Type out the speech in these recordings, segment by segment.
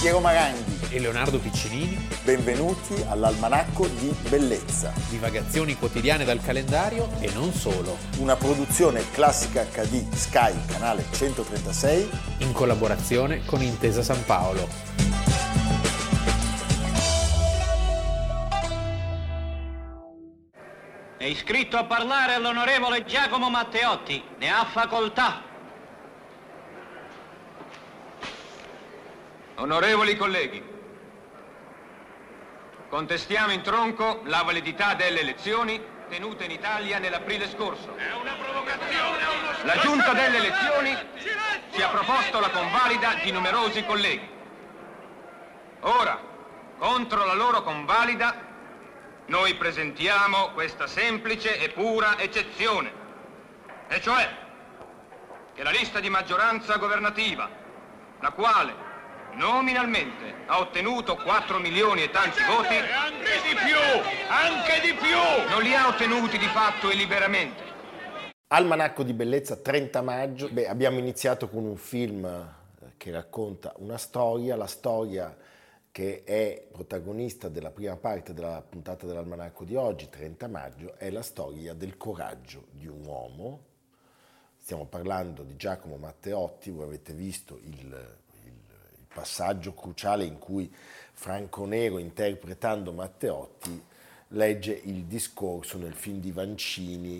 Piero Maranghi e Leonardo Piccinini. Benvenuti all'Almanacco di Bellezza. Divagazioni quotidiane dal calendario e non solo. Una produzione Classica HD Sky, canale 136, in collaborazione con Intesa San Paolo. È iscritto a parlare l'onorevole Giacomo Matteotti. Ne ha facoltà. Onorevoli colleghi, contestiamo in tronco la validità delle elezioni tenute in Italia nell'aprile scorso. È una provocazione a uno La Giunta delle elezioni ci ha proposto la convalida di numerosi colleghi. Ora, contro la loro convalida, noi presentiamo questa semplice e pura eccezione, e cioè che la lista di maggioranza governativa, la quale nominalmente ha ottenuto 4 milioni e tanti voti, e anche di più, non li ha ottenuti di fatto e liberamente. Almanacco di Bellezza, 30 maggio. Abbiamo iniziato con un film che racconta una storia, la storia che è protagonista della prima parte della puntata dell'Almanacco di oggi, 30 maggio, è la storia del coraggio di un uomo. Stiamo parlando di Giacomo Matteotti. Voi avete visto il passaggio cruciale in cui Franco Nero, interpretando Matteotti, legge il discorso nel film di Vancini.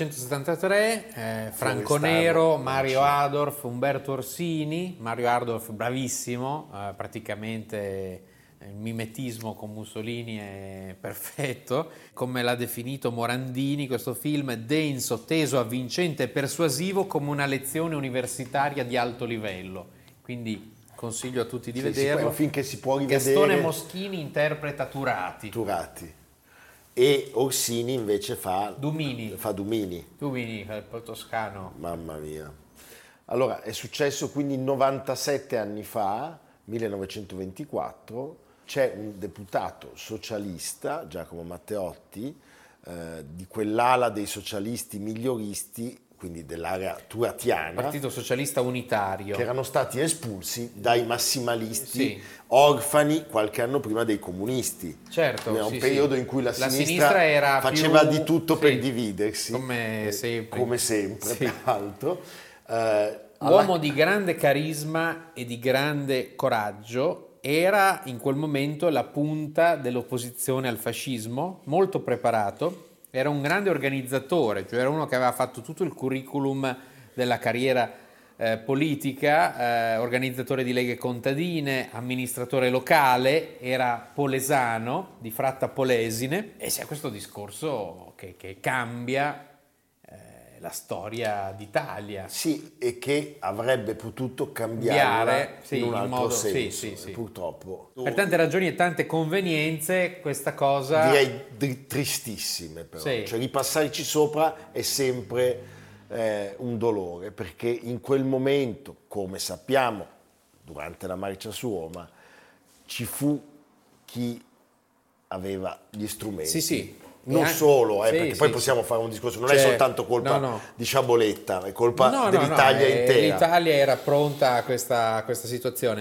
1973, Franco Nero, Mario Adorf, Umberto Orsini. Mario Adorf bravissimo, praticamente il mimetismo con Mussolini è perfetto. Come l'ha definito Morandini, questo film denso, teso, avvincente e persuasivo come una lezione universitaria di alto livello. Quindi consiglio a tutti di vederlo. È un film che si può rivedere. Gastone Moschini interpreta Turati. E Orsini invece fa Dumini, il toscano. Mamma mia. Allora, è successo quindi 97 anni fa, 1924, c'è un deputato socialista, Giacomo Matteotti, di quell'ala dei socialisti miglioristi, quindi dell'area turatiana, Partito Socialista Unitario, che erano stati espulsi dai massimalisti, orfani qualche anno prima dei comunisti. Certo, era un periodo in cui la sinistra era faceva più, di tutto per dividersi, come sempre, peraltro. Uomo di grande carisma e di grande coraggio, era in quel momento la punta dell'opposizione al fascismo, molto preparato. Era un grande organizzatore, cioè era uno che aveva fatto tutto il curriculum della carriera politica, organizzatore di leghe contadine, amministratore locale, era polesano, di Fratta Polesine, e c'è questo discorso che cambia la storia d'Italia. Sì, e che avrebbe potuto cambiare in un altro senso. Sì. Purtroppo. Per tante ragioni e tante convenienze questa cosa... Direi tristissime però. Cioè ripassarci sopra è sempre un dolore, perché in quel momento, come sappiamo, durante la marcia su Roma, ci fu chi aveva gli strumenti. Non solo, perché poi possiamo fare un discorso, non è soltanto colpa di Sciaboletta, è colpa dell'Italia intera. L'Italia era pronta a questa situazione.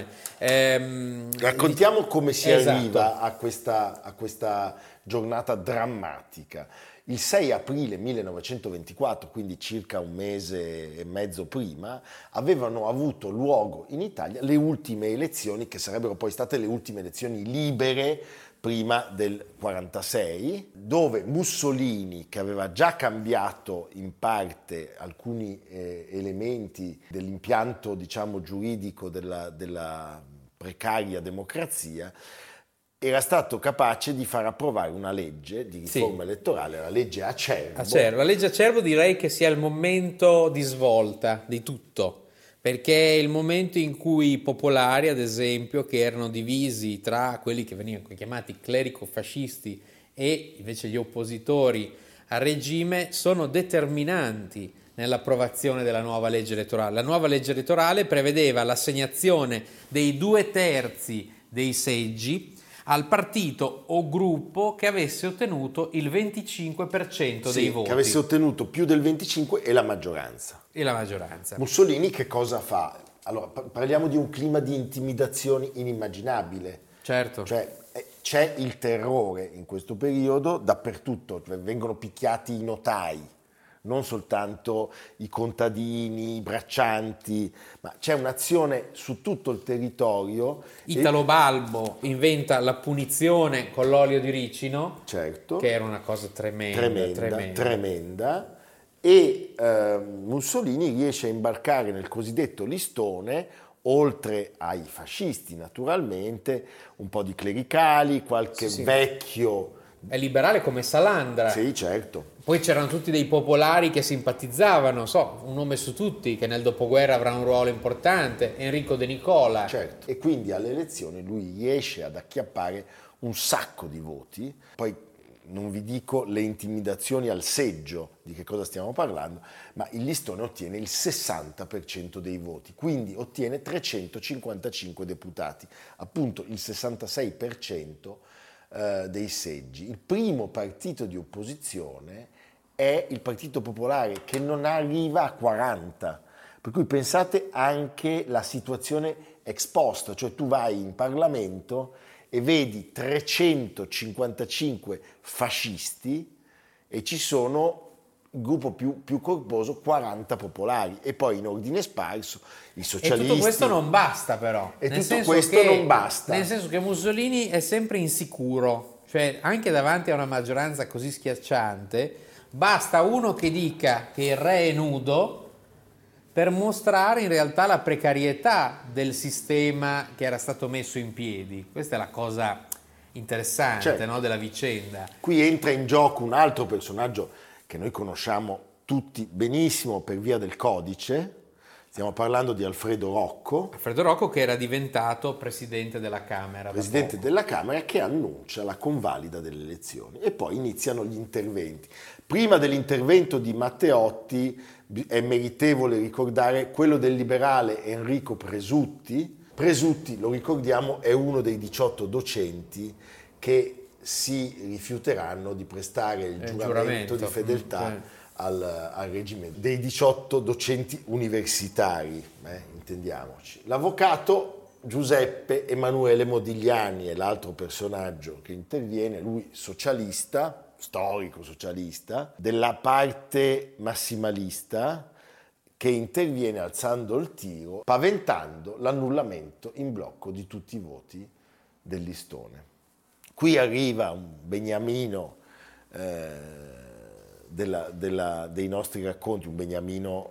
Raccontiamo come si arriva a questa giornata drammatica. Il 6 aprile 1924, quindi circa un mese e mezzo prima, avevano avuto luogo in Italia le ultime elezioni, che sarebbero poi state le ultime elezioni libere prima del 46, dove Mussolini, che aveva già cambiato in parte alcuni elementi dell'impianto, diciamo, giuridico della precaria democrazia, era stato capace di far approvare una legge di riforma elettorale, la legge Acerbo. La legge Acerbo direi che sia il momento di svolta di tutto, perché è il momento in cui i popolari, ad esempio, che erano divisi tra quelli che venivano chiamati clerico-fascisti e invece gli oppositori al regime, sono determinanti nell'approvazione della nuova legge elettorale. La nuova legge elettorale prevedeva l'assegnazione dei 2/3 dei seggi al partito o gruppo che avesse ottenuto il 25% dei voti. Che avesse ottenuto più del 25% e la maggioranza. E la maggioranza. Mussolini che cosa fa? Allora, parliamo di un clima di intimidazioni inimmaginabile. Certo. Cioè, c'è il terrore in questo periodo dappertutto, cioè, vengono picchiati i notai, non soltanto i contadini, i braccianti, ma c'è un'azione su tutto il territorio. Italo Balbo inventa la punizione con l'olio di ricino, certo, che era una cosa tremenda. E Mussolini riesce a imbarcare nel cosiddetto listone, oltre ai fascisti naturalmente, un po' di clericali, qualche vecchio... È liberale come Salandra. Sì, certo. Poi c'erano tutti dei popolari che simpatizzavano, un nome su tutti, che nel dopoguerra avrà un ruolo importante, Enrico De Nicola. Certo, e quindi alle elezioni lui riesce ad acchiappare un sacco di voti, poi non vi dico le intimidazioni al seggio, di che cosa stiamo parlando, ma il listone ottiene il 60% dei voti, quindi ottiene 355 deputati, appunto il 66% dei seggi. Il primo partito di opposizione è il Partito Popolare, che non arriva a 40, per cui pensate anche la situazione ex post, cioè tu vai in Parlamento e vedi 355 fascisti e ci sono il gruppo più corposo 40 popolari, e poi in ordine sparso i socialisti. E tutto questo non basta, però. Non basta. Nel senso che Mussolini è sempre insicuro, cioè anche davanti a una maggioranza così schiacciante basta uno che dica che il re è nudo per mostrare in realtà la precarietà del sistema che era stato messo in piedi. Questa è la cosa interessante, certo, no, della vicenda. Qui entra in gioco un altro personaggio che noi conosciamo tutti benissimo per via del codice. Stiamo parlando di Alfredo Rocco. Alfredo Rocco, che era diventato presidente della Camera. Presidente della Camera, che annuncia la convalida delle elezioni, e poi iniziano gli interventi. Prima dell'intervento di Matteotti è meritevole ricordare quello del liberale Enrico Presutti. Presutti, lo ricordiamo, è uno dei 18 docenti che si rifiuteranno di prestare il giuramento di fedeltà al regime, dei 18 docenti universitari, intendiamoci. L'avvocato Giuseppe Emanuele Modigliani è l'altro personaggio che interviene, lui socialista, storico socialista, della parte massimalista, che interviene alzando il tiro, paventando l'annullamento in blocco di tutti i voti del listone. Qui arriva un beniamino dei nostri racconti, un beniamino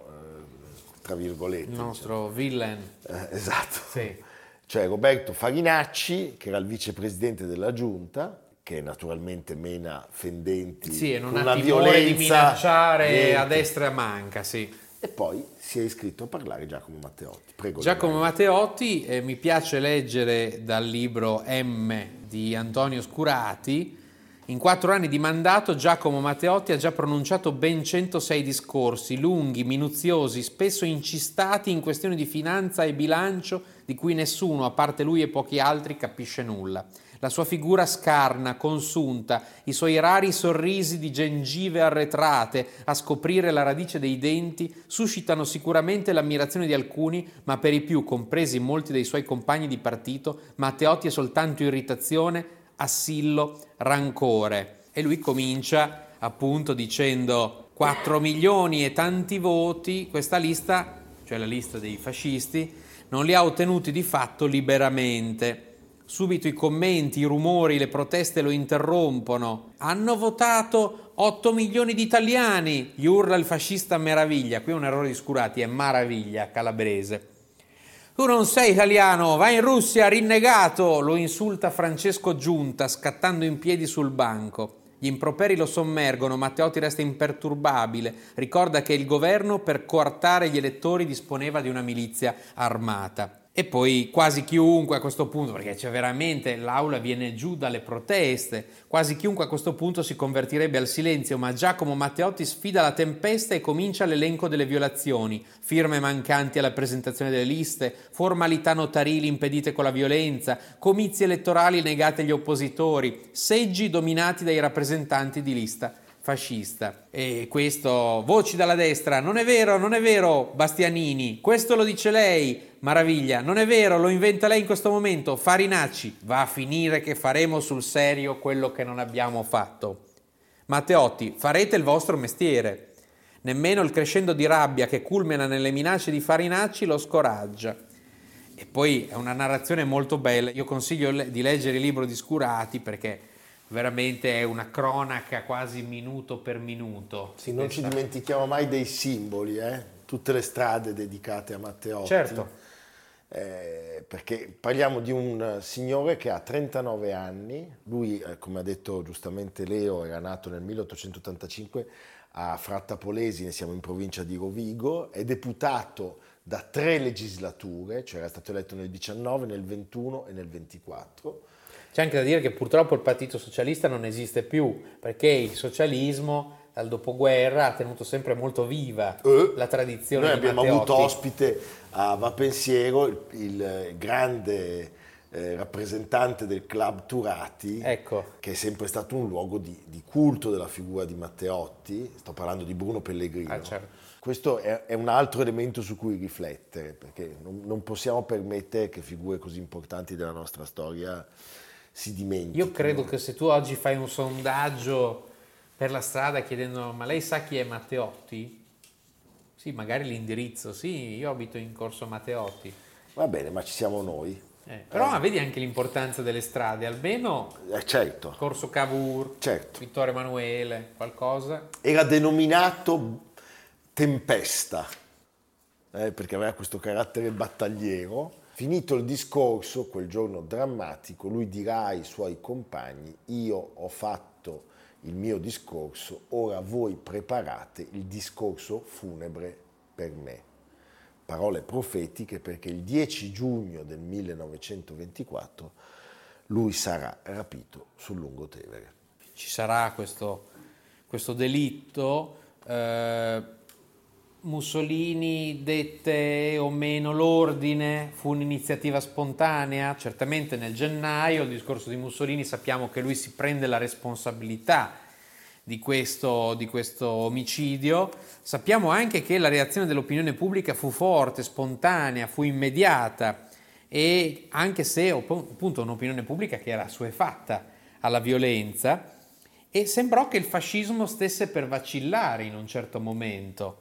tra virgolette. Il nostro villain. Esatto. Sì. Cioè Roberto Farinacci, che era il vicepresidente della giunta, che naturalmente mena fendenti e non con ha una timore violenza di minacciare niente. A destra e a manca, sì. E poi si è iscritto a parlare Giacomo Matteotti. Prego. Giacomo Matteotti, mi piace leggere dal libro M di Antonio Scurati. In 4 anni di mandato Giacomo Matteotti ha già pronunciato ben 106 discorsi, lunghi, minuziosi, spesso incistati in questioni di finanza e bilancio di cui nessuno, a parte lui e pochi altri, capisce nulla. La sua figura scarna, consunta, i suoi rari sorrisi di gengive arretrate a scoprire la radice dei denti suscitano sicuramente l'ammirazione di alcuni, ma per i più, compresi molti dei suoi compagni di partito, Matteotti è soltanto irritazione, assillo, rancore. E lui comincia appunto dicendo 4 milioni e tanti voti, questa lista, cioè la lista dei fascisti, non li ha ottenuti di fatto liberamente. Subito i commenti, i rumori, le proteste lo interrompono. Hanno votato 8 milioni di italiani, gli urla il fascista Meraviglia. Qui è un errore di Scurati, è Maraviglia, calabrese. Tu non sei italiano, vai in Russia, rinnegato, lo insulta Francesco Giunta, scattando in piedi sul banco. Gli improperi lo sommergono, Matteotti resta imperturbabile, ricorda che il governo per coartare gli elettori disponeva di una milizia armata. E poi quasi chiunque a questo punto, perché c'è veramente, l'aula viene giù dalle proteste, quasi chiunque a questo punto si convertirebbe al silenzio, ma Giacomo Matteotti sfida la tempesta e comincia l'elenco delle violazioni, firme mancanti alla presentazione delle liste, formalità notarili impedite con la violenza, comizi elettorali negati agli oppositori, seggi dominati dai rappresentanti di lista fascista. E questo, voci dalla destra, non è vero, Bastianini, questo lo dice lei, Maraviglia, non è vero, lo inventa lei in questo momento, Farinacci, va a finire che faremo sul serio quello che non abbiamo fatto. Matteotti, farete il vostro mestiere. Nemmeno il crescendo di rabbia che culmina nelle minacce di Farinacci lo scoraggia. E poi è una narrazione molto bella, io consiglio di leggere il libro di Scurati perché veramente è una cronaca quasi minuto per minuto. Sì, non ci dimentichiamo mai dei simboli, tutte le strade dedicate a Matteotti. Certo. Perché parliamo di un signore che ha 39 anni, lui, come ha detto giustamente Leo, era nato nel 1885 a Frattapolesine, siamo in provincia di Rovigo, è deputato da 3 legislature, cioè era stato eletto nel 19, nel 21 e nel 24. C'è anche da dire che purtroppo il Partito Socialista non esiste più, perché il socialismo dal dopoguerra ha tenuto sempre molto viva la tradizione di Matteotti. Noi abbiamo avuto ospite a Va Pensiero il grande rappresentante del Club Turati, ecco, che è sempre stato un luogo di culto della figura di Matteotti. Sto parlando di Bruno Pellegrino. Certo. Questo è un altro elemento su cui riflettere, perché non possiamo permettere che figure così importanti della nostra storia si dimentichino. Io credo che se tu oggi fai un sondaggio per la strada chiedendo ma lei sa chi è Matteotti? Sì, magari l'indirizzo, sì, io abito in Corso Matteotti. Va bene, ma ci siamo noi. Però vedi anche l'importanza delle strade, almeno certo. Corso Cavour, certo. Vittorio Emanuele, qualcosa. Era denominato Tempesta, perché aveva questo carattere battagliero. Finito il discorso, quel giorno drammatico, lui dirà ai suoi compagni: io ho fatto il mio discorso, ora voi preparate il discorso funebre per me. Parole profetiche, perché il 10 giugno del 1924 lui sarà rapito sul Lungotevere. Ci sarà questo delitto. Mussolini dette o meno l'ordine, fu un'iniziativa spontanea. Certamente nel gennaio, il discorso di Mussolini, sappiamo che lui si prende la responsabilità di questo omicidio. Sappiamo anche che la reazione dell'opinione pubblica fu forte, spontanea, fu immediata, e anche se appunto un'opinione pubblica che era assuefatta alla violenza, e sembrò che il fascismo stesse per vacillare in un certo momento.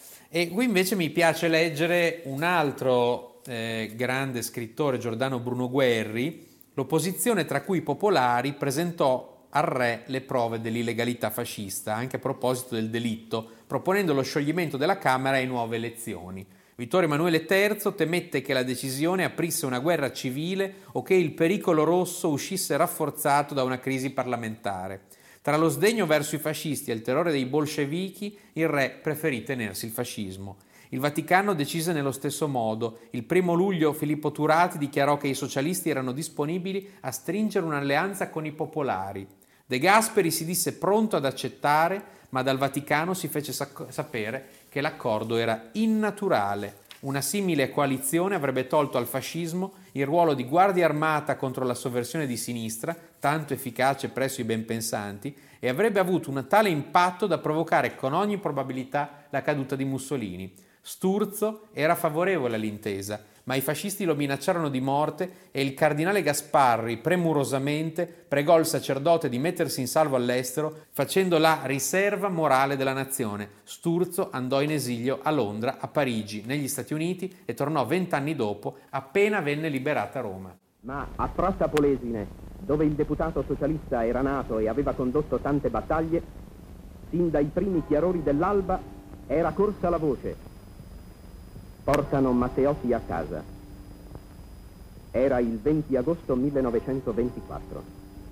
E qui invece mi piace leggere un altro grande scrittore, Giordano Bruno Guerri. L'opposizione tra cui i popolari presentò al re le prove dell'illegalità fascista, anche a proposito del delitto, proponendo lo scioglimento della Camera e nuove elezioni. Vittorio Emanuele III temette che la decisione aprisse una guerra civile o che il pericolo rosso uscisse rafforzato da una crisi parlamentare. Tra lo sdegno verso i fascisti e il terrore dei bolscevichi, il re preferì tenersi il fascismo. Il Vaticano decise nello stesso modo. Il 1 luglio Filippo Turati dichiarò che i socialisti erano disponibili a stringere un'alleanza con i popolari. De Gasperi si disse pronto ad accettare, ma dal Vaticano si fece sapere che l'accordo era innaturale. Una simile coalizione avrebbe tolto al fascismo il ruolo di guardia armata contro la sovversione di sinistra, tanto efficace presso i benpensanti, e avrebbe avuto un tale impatto da provocare con ogni probabilità la caduta di Mussolini. Sturzo era favorevole all'intesa, ma i fascisti lo minacciarono di morte e il cardinale Gasparri premurosamente pregò il sacerdote di mettersi in salvo all'estero, facendo la riserva morale della nazione. Sturzo andò in esilio a Londra, a Parigi, negli Stati Uniti, e tornò 20 anni dopo, appena venne liberata Roma. Ma a Frattapolesine, dove il deputato socialista era nato e aveva condotto tante battaglie, sin dai primi chiarori dell'alba era corsa la voce: portano Matteotti a casa. Era il 20 agosto 1924.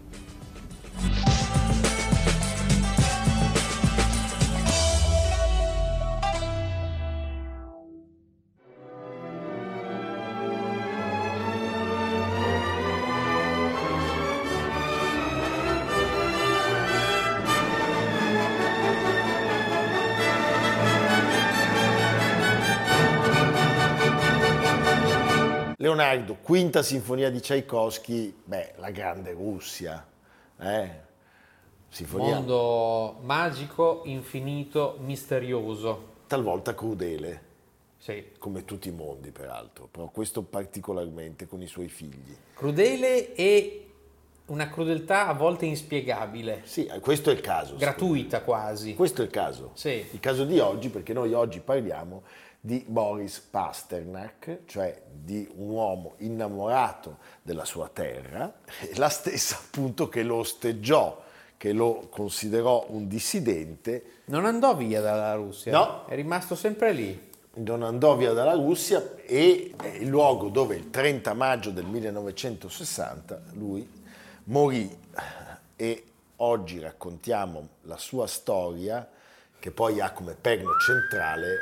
Leonardo, quinta sinfonia di Tchaikovsky, la grande Russia, Mondo magico, infinito, misterioso. Talvolta crudele, Sì. come tutti i mondi peraltro, però questo particolarmente con i suoi figli. Crudele e una crudeltà a volte inspiegabile. Sì, questo è il caso. Gratuita quasi. Questo è il caso. Sì. Il caso di oggi, perché noi oggi parliamo di Boris Pasternak, cioè di un uomo innamorato della sua terra, la stessa appunto che lo osteggiò, che lo considerò un dissidente. Non andò via dalla Russia, No. È rimasto sempre lì. Non andò via dalla Russia e è il luogo dove il 30 maggio del 1960 lui morì, e oggi raccontiamo la sua storia, che poi ha come perno centrale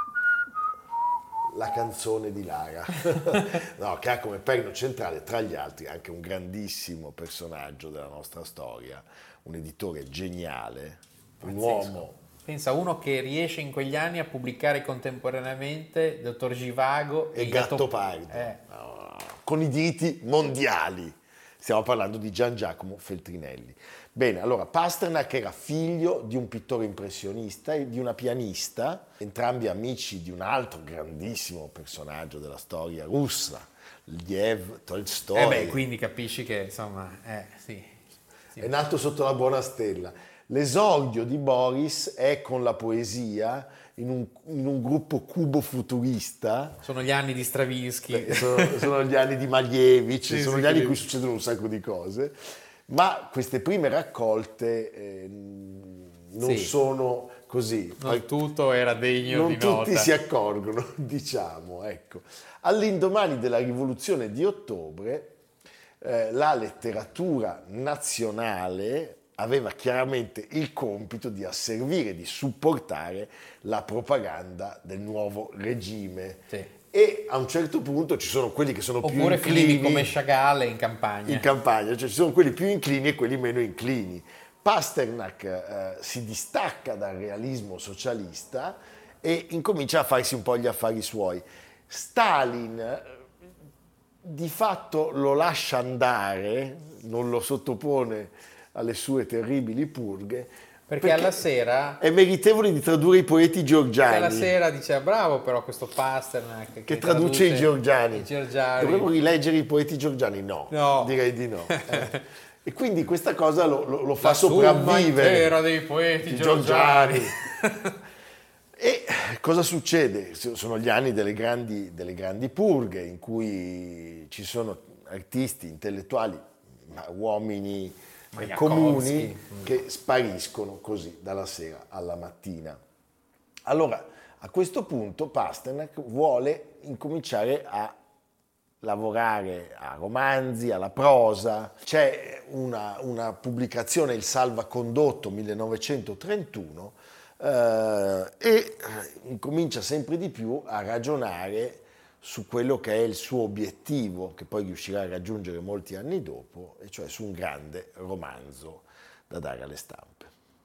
la canzone di Lara, no, che ha come perno centrale tra gli altri anche un grandissimo personaggio della nostra storia, un editore geniale, un uomo. Pensa, uno che riesce in quegli anni a pubblicare contemporaneamente Dottor Givago E Gattopardo, con i diritti mondiali. Stiamo parlando di Gian Giacomo Feltrinelli. Bene, allora Pasternak era figlio di un pittore impressionista e di una pianista, entrambi amici di un altro grandissimo personaggio della storia russa, Lev Tolstoi. Quindi capisci che insomma, sì. È nato sotto la buona stella. L'esordio di Boris è con la poesia in un gruppo cubo-futurista. Sono gli anni di Stravinsky. Sono gli anni di Malevich, Sì, sono sì, gli anni in sì. cui succedono un sacco di cose, ma queste prime raccolte non sono così. Non tutto era degno Non di tutti nota. si accorgono, diciamo, ecco. All'indomani della rivoluzione di ottobre, la letteratura nazionale aveva chiaramente il compito di asservire, di supportare la propaganda del nuovo regime. Sì. E a un certo punto ci sono quelli che sono più Oppure inclini finivi come Chagall in campagna. in campagna, cioè ci sono quelli più inclini e quelli meno inclini. Pasternak si distacca dal realismo socialista e incomincia a farsi un po' gli affari suoi. Stalin di fatto lo lascia andare, non lo sottopone alle sue terribili purghe, Perché alla sera... è meritevole di tradurre i poeti georgiani. Alla sera dice bravo però questo Pasternak che traduce i georgiani. Dovremmo rileggere i poeti georgiani? No. Direi di no. E quindi questa cosa lo fa sopravvivere. Era dei poeti georgiani. E cosa succede? Sono gli anni delle grandi purghe in cui ci sono artisti, intellettuali, uomini comuni che spariscono così dalla sera alla mattina. Allora, a questo punto Pasternak vuole incominciare a lavorare a romanzi, alla prosa. C'è una pubblicazione, il Salvacondotto 1931, e incomincia sempre di più a ragionare su quello che è il suo obiettivo, che poi riuscirà a raggiungere molti anni dopo, e cioè su un grande romanzo da dare alle stampe.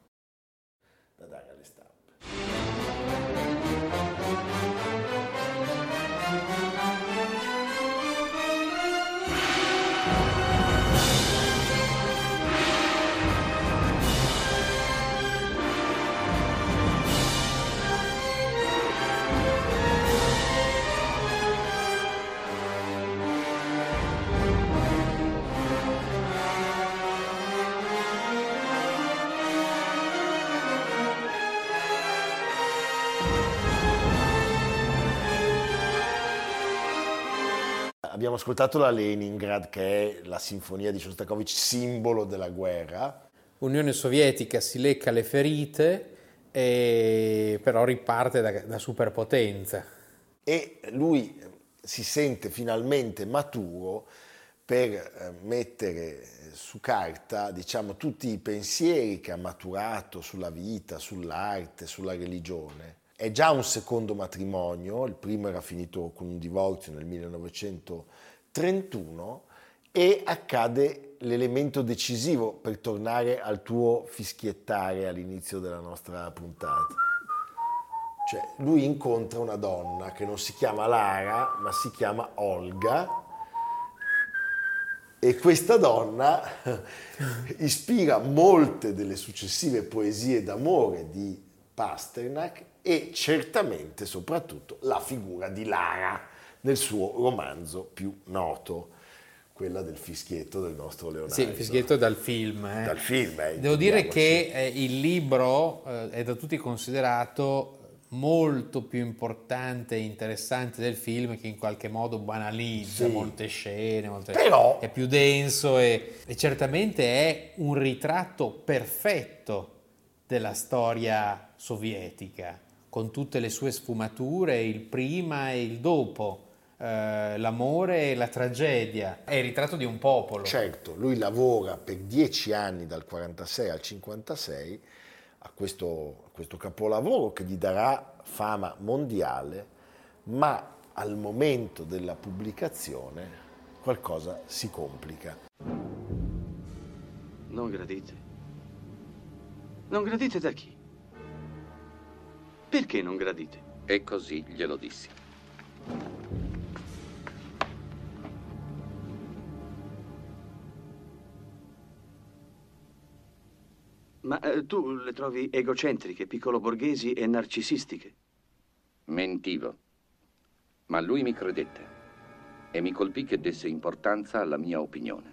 Abbiamo ascoltato la Leningrad, che è la sinfonia di Shostakovich, simbolo della guerra. Unione Sovietica si lecca le ferite, però riparte da superpotenza. E lui si sente finalmente maturo per mettere su carta, diciamo, tutti i pensieri che ha maturato sulla vita, sull'arte, sulla religione. È già un secondo matrimonio, il primo era finito con un divorzio nel 1931, e accade l'elemento decisivo per tornare al tuo fischiettare all'inizio della nostra puntata. Cioè, lui incontra una donna che non si chiama Lara, ma si chiama Olga, E questa donna ispira molte delle successive poesie d'amore di Pasternak e certamente, soprattutto, la figura di Lara nel suo romanzo più noto, quella del fischietto del nostro Leonardo. Sì, il fischietto dal film. Dal film, Devo dire che il libro è da tutti considerato molto più importante e interessante del film, che in qualche modo banalizza molte scene, Però è più denso e certamente è un ritratto perfetto della storia sovietica, con tutte le sue sfumature, il prima e il dopo, l'amore e la tragedia. È il ritratto di un popolo. Certo, lui lavora per 10 anni, dal 46 al 56, a questo capolavoro che gli darà fama mondiale, ma al momento della pubblicazione qualcosa si complica. Non gradite? Non gradite da chi? Perché non gradite? E così glielo dissi. Ma tu le trovi egocentriche, piccolo-borghesi e narcisistiche? Mentivo. Ma lui mi credette e mi colpì che desse importanza alla mia opinione.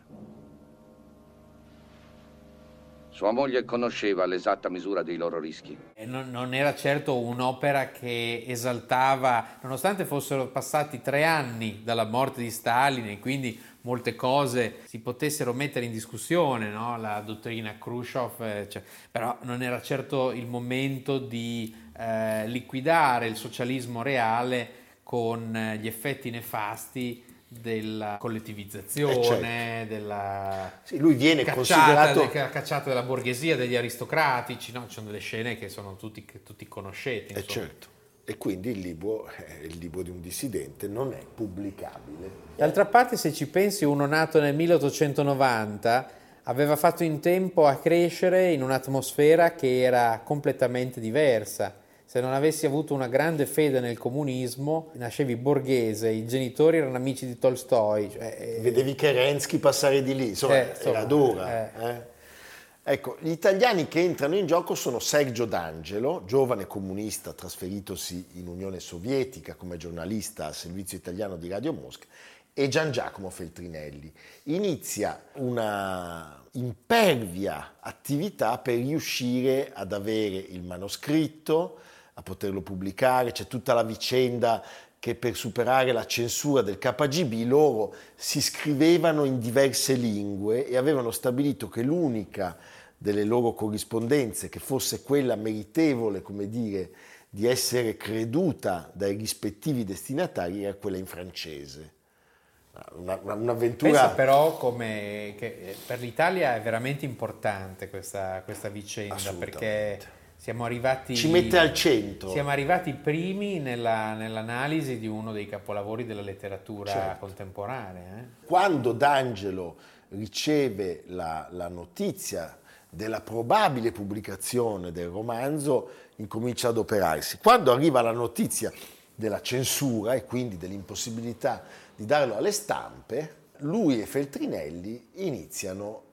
Sua moglie conosceva l'esatta misura dei loro rischi. Non era certo un'opera che esaltava, nonostante fossero passati 3 anni dalla morte di Stalin e quindi molte cose si potessero mettere in discussione, no? La dottrina Khrushchev, però non era certo il momento di liquidare il socialismo reale con gli effetti nefasti della collettivizzazione, della lui viene considerato cacciata della borghesia, degli aristocratici, no? Ci sono delle scene che sono tutti conoscete. Certo. E quindi il libro di un dissidente non è pubblicabile. D'altra parte, se ci pensi, uno nato nel 1890 aveva fatto in tempo a crescere in un'atmosfera che era completamente diversa. Se non avessi avuto una grande fede nel comunismo, nascevi borghese, i genitori erano amici di Tolstoi. Vedevi Kerensky passare di lì, insomma, era dura. Ecco, gli italiani che entrano in gioco sono Sergio D'Angelo, giovane comunista trasferitosi in Unione Sovietica come giornalista al servizio italiano di Radio Mosca, e Gian Giacomo Feltrinelli. Inizia una impervia attività per riuscire ad avere il manoscritto, a poterlo pubblicare. C'è tutta la vicenda che per superare la censura del KGB loro si scrivevano in diverse lingue e avevano stabilito che l'unica delle loro corrispondenze che fosse quella meritevole, come dire, di essere creduta dai rispettivi destinatari era quella in francese. Un'avventura. Pensa però che per l'Italia è veramente importante questa vicenda, perché siamo arrivati, ci mette al centro. Siamo arrivati primi nell'analisi di uno dei capolavori della letteratura contemporanea. Quando D'Angelo riceve la notizia della probabile pubblicazione del romanzo, incomincia ad operarsi. Quando arriva la notizia della censura e quindi dell'impossibilità di darlo alle stampe, lui e Feltrinelli iniziano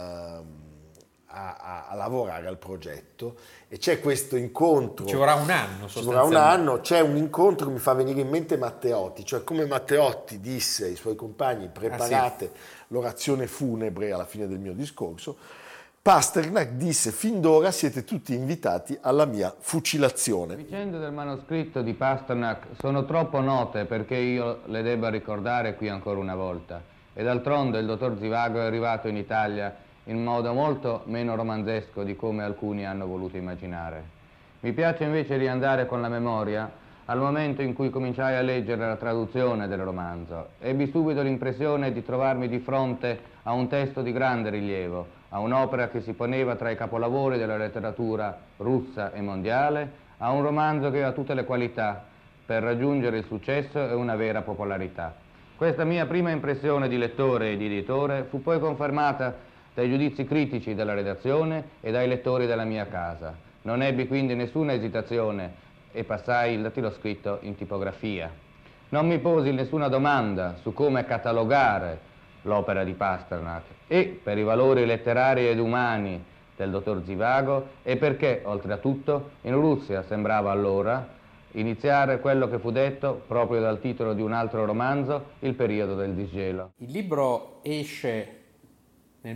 a lavorare al progetto e c'è questo incontro. Ci vorrà un anno sostanzialmente. Ci vorrà un anno, c'è un incontro che mi fa venire in mente Matteotti, cioè come Matteotti disse ai suoi compagni: preparate l'orazione funebre alla fine del mio discorso. Pasternak disse: fin d'ora siete tutti invitati alla mia fucilazione. Le vicende del manoscritto di Pasternak sono troppo note perché io le debba ricordare qui ancora una volta. E d'altronde il dottor Zivago è arrivato in Italia in modo molto meno romanzesco di come alcuni hanno voluto immaginare. Mi piace invece riandare con la memoria al momento in cui cominciai a leggere la traduzione del romanzo. Ebbi subito l'impressione di trovarmi di fronte a un testo di grande rilievo, a un'opera che si poneva tra i capolavori della letteratura russa e mondiale, a un romanzo che aveva tutte le qualità per raggiungere il successo e una vera popolarità. Questa mia prima impressione di lettore e di editore fu poi confermata dai giudizi critici della redazione e dai lettori della mia casa. Non ebbi quindi nessuna esitazione e passai il dattiloscritto in tipografia. Non mi posi nessuna domanda su come catalogare l'opera di Pasternak, e per i valori letterari ed umani del dottor Zivago, e perché, oltre a tutto, in Russia sembrava allora iniziare quello che fu detto proprio dal titolo di un altro romanzo, Il periodo del disgelo. Il libro esce nel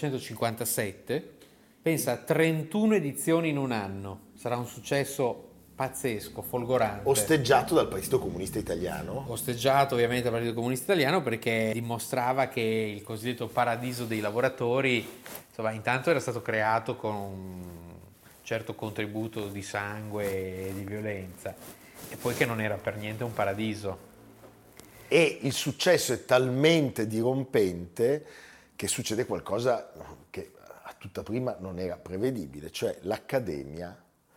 1957, pensa a 31 edizioni in un anno, sarà un successo pazzesco, folgorante. Osteggiato dal Partito Comunista Italiano. Osteggiato ovviamente dal Partito Comunista Italiano, perché dimostrava che il cosiddetto paradiso dei lavoratori, insomma, intanto era stato creato con un certo contributo di sangue e di violenza, e poi che non era per niente un paradiso. E il successo è talmente dirompente che succede qualcosa che a tutta prima non era prevedibile, cioè l'Accademia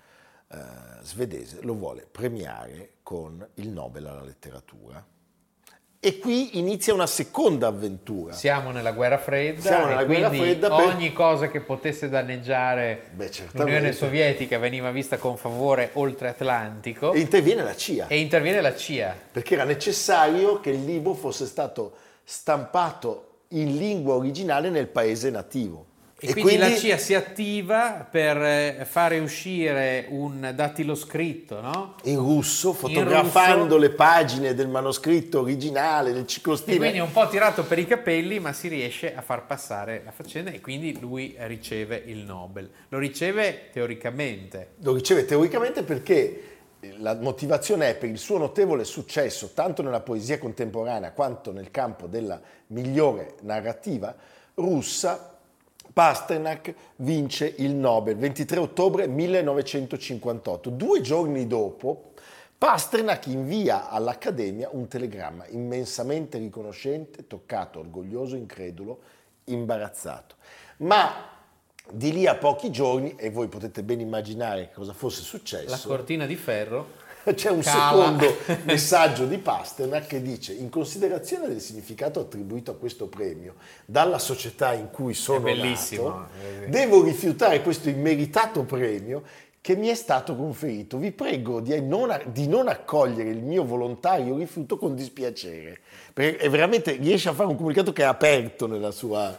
svedese lo vuole premiare con il Nobel alla letteratura. E qui inizia una seconda avventura. Siamo nella guerra fredda, quindi ogni cosa che potesse danneggiare l'Unione Sovietica veniva vista con favore oltre Atlantico. E interviene la CIA. Perché era necessario che il libro fosse stato stampato in lingua originale nel paese nativo. E quindi la CIA si attiva per fare uscire un dattiloscritto, no? In russo, fotografando le pagine del manoscritto originale, del ciclostile. E quindi è un po' tirato per i capelli, ma si riesce a far passare la faccenda, e quindi lui riceve il Nobel. Lo riceve teoricamente. Perché la motivazione è per il suo notevole successo, tanto nella poesia contemporanea quanto nel campo della migliore narrativa russa. Pasternak vince il Nobel 23 ottobre 1958. 2 giorni dopo, Pasternak invia all'Accademia un telegramma immensamente riconoscente, toccato, orgoglioso, incredulo, imbarazzato. Ma di lì a pochi giorni, e voi potete ben immaginare cosa fosse successo, la cortina di ferro, c'è un secondo messaggio di Pasternak che dice: in considerazione del significato attribuito a questo premio dalla società in cui sono nato, devo rifiutare questo immeritato premio che mi è stato conferito. Vi prego di non accogliere il mio volontario rifiuto con dispiacere. Perché è veramente riesce a fare un comunicato che è aperto nella sua...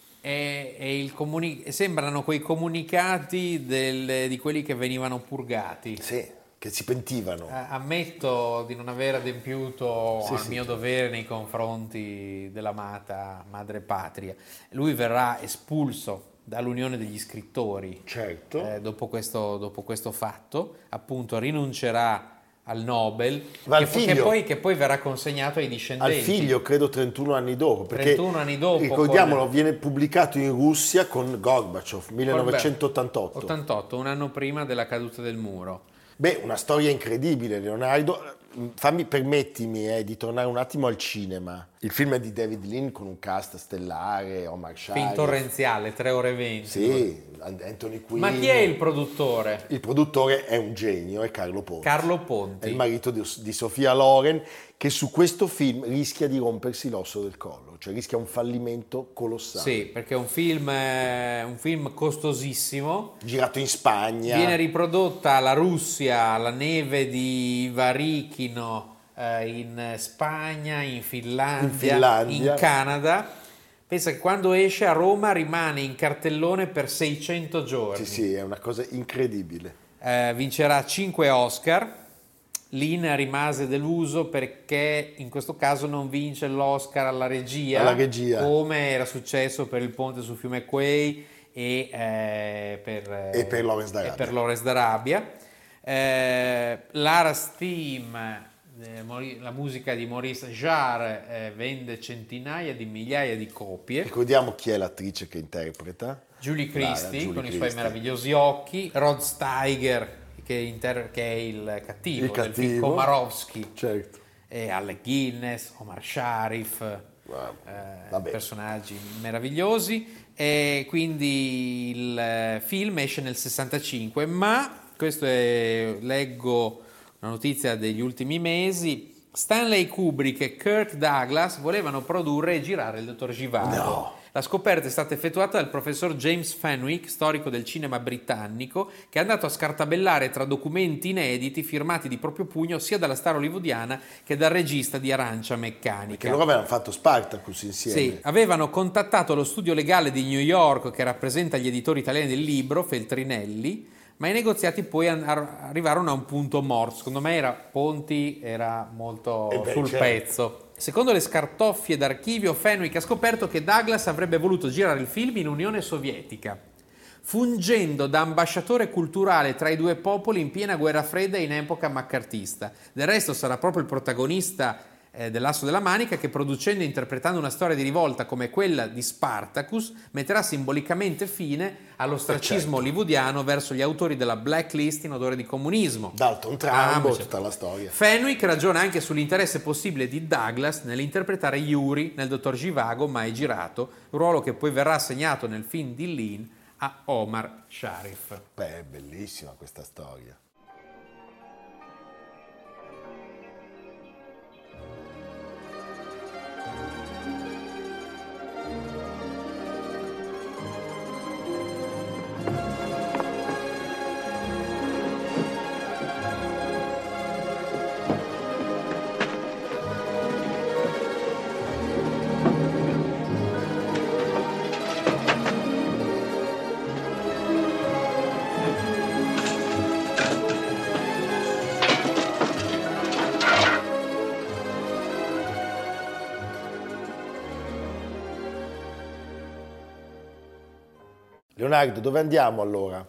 sembrano quei comunicati di quelli che venivano purgati. Sì. Che si pentivano. Ammetto di non aver adempiuto al mio dovere nei confronti dell'amata madre patria. Lui verrà espulso dall'Unione degli Scrittori. Certo. Dopo questo fatto, appunto rinuncerà al Nobel, che poi verrà consegnato ai discendenti. Al figlio, credo 31 anni dopo. Perché 31 anni dopo. Ricordiamolo, viene pubblicato in Russia con Gorbaciov, 1988. 88, un anno prima della caduta del muro. Una storia incredibile, Leonardo. Permettimi di tornare un attimo al cinema. Il film è di David Lean con un cast stellare, Omar Sharif. Film torrenziale, 3 ore e 20. Sì, Anthony Quinn. Ma chi è il produttore? Il produttore è un genio, è Carlo Ponti. Carlo Ponti. È il marito di Sofia Loren, che su questo film rischia di rompersi l'osso del collo, cioè rischia un fallimento colossale. Sì, perché è un film costosissimo. Girato in Spagna. Viene riprodotta la Russia, la neve di Varichino, in Spagna, in Finlandia, in Canada. Pensa che quando esce a Roma rimane in cartellone per 600 giorni. Sì, è una cosa incredibile. Vincerà 5 Oscar. Lin rimase deluso perché in questo caso non vince l'Oscar alla regia, come era successo per Il ponte sul fiume Quay e per Lawrence d'Arabia. Lara Steam, la musica di Maurice Jarre, vende centinaia di migliaia di copie. Ricordiamo chi è l'attrice che interpreta? Julie Christie, con i suoi meravigliosi occhi. Rod Steiger, che è il cattivo del film, Komarowski, certo. E Alec Guinness, Omar Sharif, personaggi meravigliosi. E quindi il film esce nel 65, ma leggo una notizia degli ultimi mesi: Stanley Kubrick e Kirk Douglas volevano produrre e girare il dottor Zhivago. La scoperta è stata effettuata dal professor James Fenwick, storico del cinema britannico, che è andato a scartabellare tra documenti inediti firmati di proprio pugno sia dalla star hollywoodiana che dal regista di Arancia Meccanica. Che loro avevano fatto Spartacus insieme. Sì, avevano contattato lo studio legale di New York che rappresenta gli editori italiani del libro, Feltrinelli, ma i negoziati poi arrivarono a un punto morto. Secondo me Ponti era molto sul pezzo. Secondo le scartoffie d'archivio, Fenwick ha scoperto che Douglas avrebbe voluto girare il film in Unione Sovietica, fungendo da ambasciatore culturale tra i due popoli in piena guerra fredda e in epoca maccartista. Del resto sarà proprio il protagonista dell'Asso della Manica che, producendo e interpretando una storia di rivolta come quella di Spartacus, metterà simbolicamente fine all'ostracismo hollywoodiano verso gli autori della blacklist in odore di comunismo. Dalton Trumbo, tutta la storia. Fenwick ragiona anche sull'interesse possibile di Douglas nell'interpretare Yuri nel Dottor Zhivago, mai girato, ruolo che poi verrà assegnato nel film di Lean a Omar Sharif. Beh, è bellissima questa storia. Leonardo, dove andiamo allora?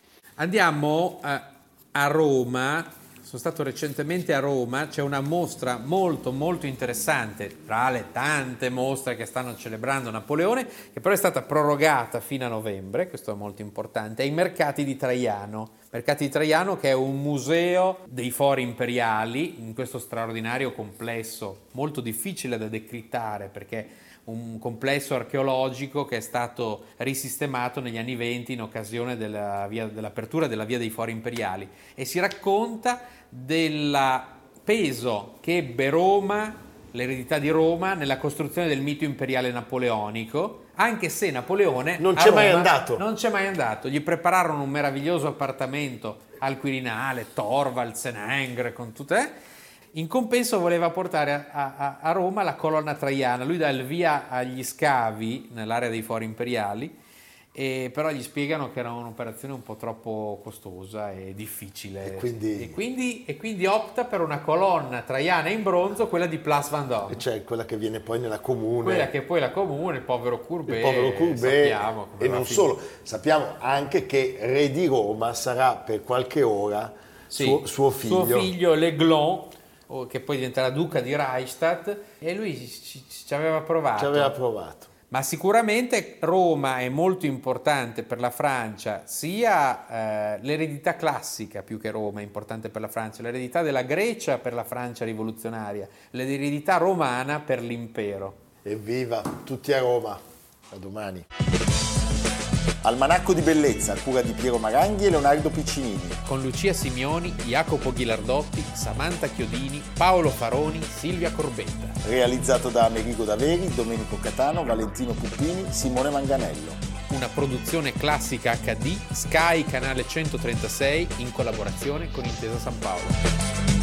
Andiamo a Roma. Sono stato recentemente a Roma, c'è una mostra molto molto interessante, tra le tante mostre che stanno celebrando Napoleone, che però è stata prorogata fino a novembre, questo è molto importante, ai Mercati di Traiano. Mercati di Traiano, che è un museo dei fori imperiali, in questo straordinario complesso, molto difficile da decrittare perché un complesso archeologico che è stato risistemato negli anni 20 in occasione dell'apertura della Via dei Fori Imperiali, e si racconta del peso che ebbe Roma, l'eredità di Roma, nella costruzione del mito imperiale napoleonico, anche se Napoleone non c'è mai andato. Non c'è mai andato. Gli prepararono un meraviglioso appartamento al Quirinale, Thorvald, Senengre, con tutte. In compenso voleva portare a Roma la colonna traiana. Lui dà il via agli scavi nell'area dei Fori Imperiali, però gli spiegano che era un'operazione un po' troppo costosa e difficile. E quindi opta per una colonna traiana in bronzo, quella di Place Vendôme. Cioè quella che viene poi nella Comune. Quella che poi la Comune, il povero Courbet. Sappiamo e non solo, sappiamo anche che re di Roma sarà per qualche ora suo figlio. Suo figlio L'Aiglon, che poi diventerà duca di Reichstadt, e lui ci aveva provato. Ma sicuramente Roma è molto importante per la Francia, sia l'eredità classica più che Roma è importante per la Francia, l'eredità della Grecia per la Francia rivoluzionaria, l'eredità romana per l'impero. Evviva, tutti a Roma, a domani. Almanacco di bellezza, a cura di Piero Maranghi e Leonardo Piccinini. Con Lucia Simioni, Jacopo Ghilardotti, Samantha Chiodini, Paolo Faroni, Silvia Corbetta. Realizzato da Amerigo Daveri, Domenico Catano, Valentino Puppini, Simone Manganello. Una produzione classica HD, Sky Canale 136, in collaborazione con Intesa San Paolo.